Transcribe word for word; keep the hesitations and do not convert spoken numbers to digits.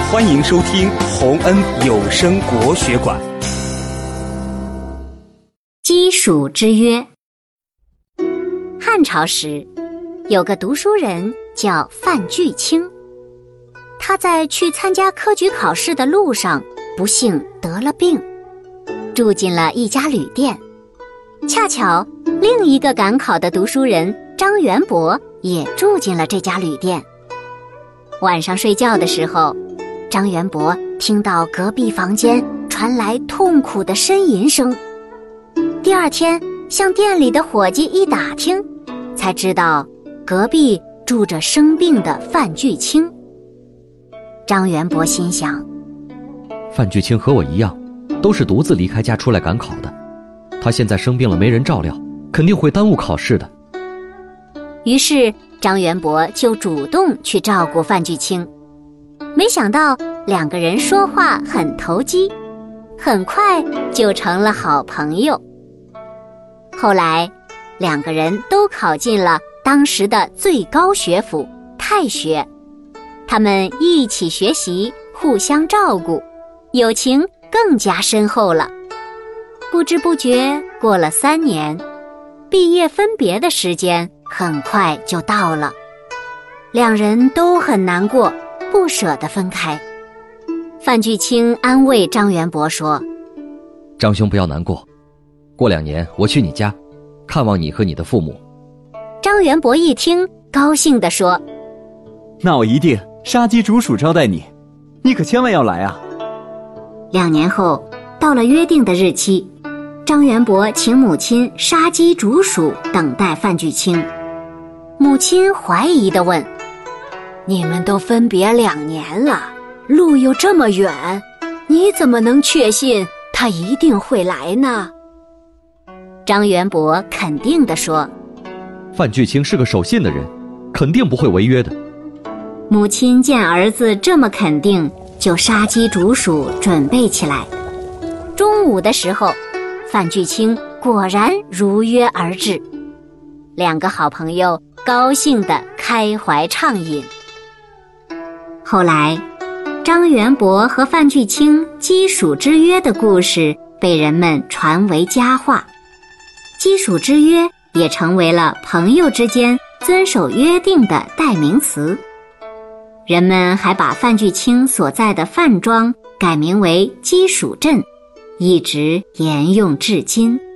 欢迎收听洪恩有声国学馆。 鸡黍之约。汉朝时，有个读书人叫范巨卿，他在去参加科举考试的路上不幸得了病，住进了一家旅店。恰巧另一个赶考的读书人张元伯也住进了这家旅店。晚上睡觉的时候，张元伯听到隔壁房间传来痛苦的呻吟声。第二天向店里的伙计一打听，才知道隔壁住着生病的范巨卿。张元伯心想， 范巨卿和我一样，都是独自离开家出来赶考的，他现在生病了没人照料，肯定会耽误考试的。 于是张元伯就主动去照顾范巨卿。没想到两个人说话很投机，很快就成了好朋友。后来两个人都考进了当时的最高学府太学，他们一起学习，互相照顾，友情更加深厚了。不知不觉过了三年，毕业分别的时间很快就到了，两人都很难过，不舍得分开。范巨卿安慰张元伯说， 张兄不要难过，过两年我去你家看望你和你的父母。 张元伯一听，高兴地说， 那我一定杀鸡煮黍招待你，你可千万要来啊。 两年后到了约定的日期，张元伯请母亲杀鸡煮黍等待范巨卿。母亲怀疑地问，你们都分别两年了，路又这么远，你怎么能确信他一定会来呢？张元伯肯定地说， 范巨卿是个守信的人，肯定不会违约的。 母亲见儿子这么肯定，就杀鸡煮黍准备起来。中午的时候，范巨卿果然如约而至，两个好朋友高兴地开怀畅饮。后来张元伯和范巨卿鸡黍之约的故事被人们传为佳话，鸡黍之约也成为了朋友之间遵守约定的代名词。人们还把范巨卿所在的范庄改名为鸡黍镇，一直沿用至今。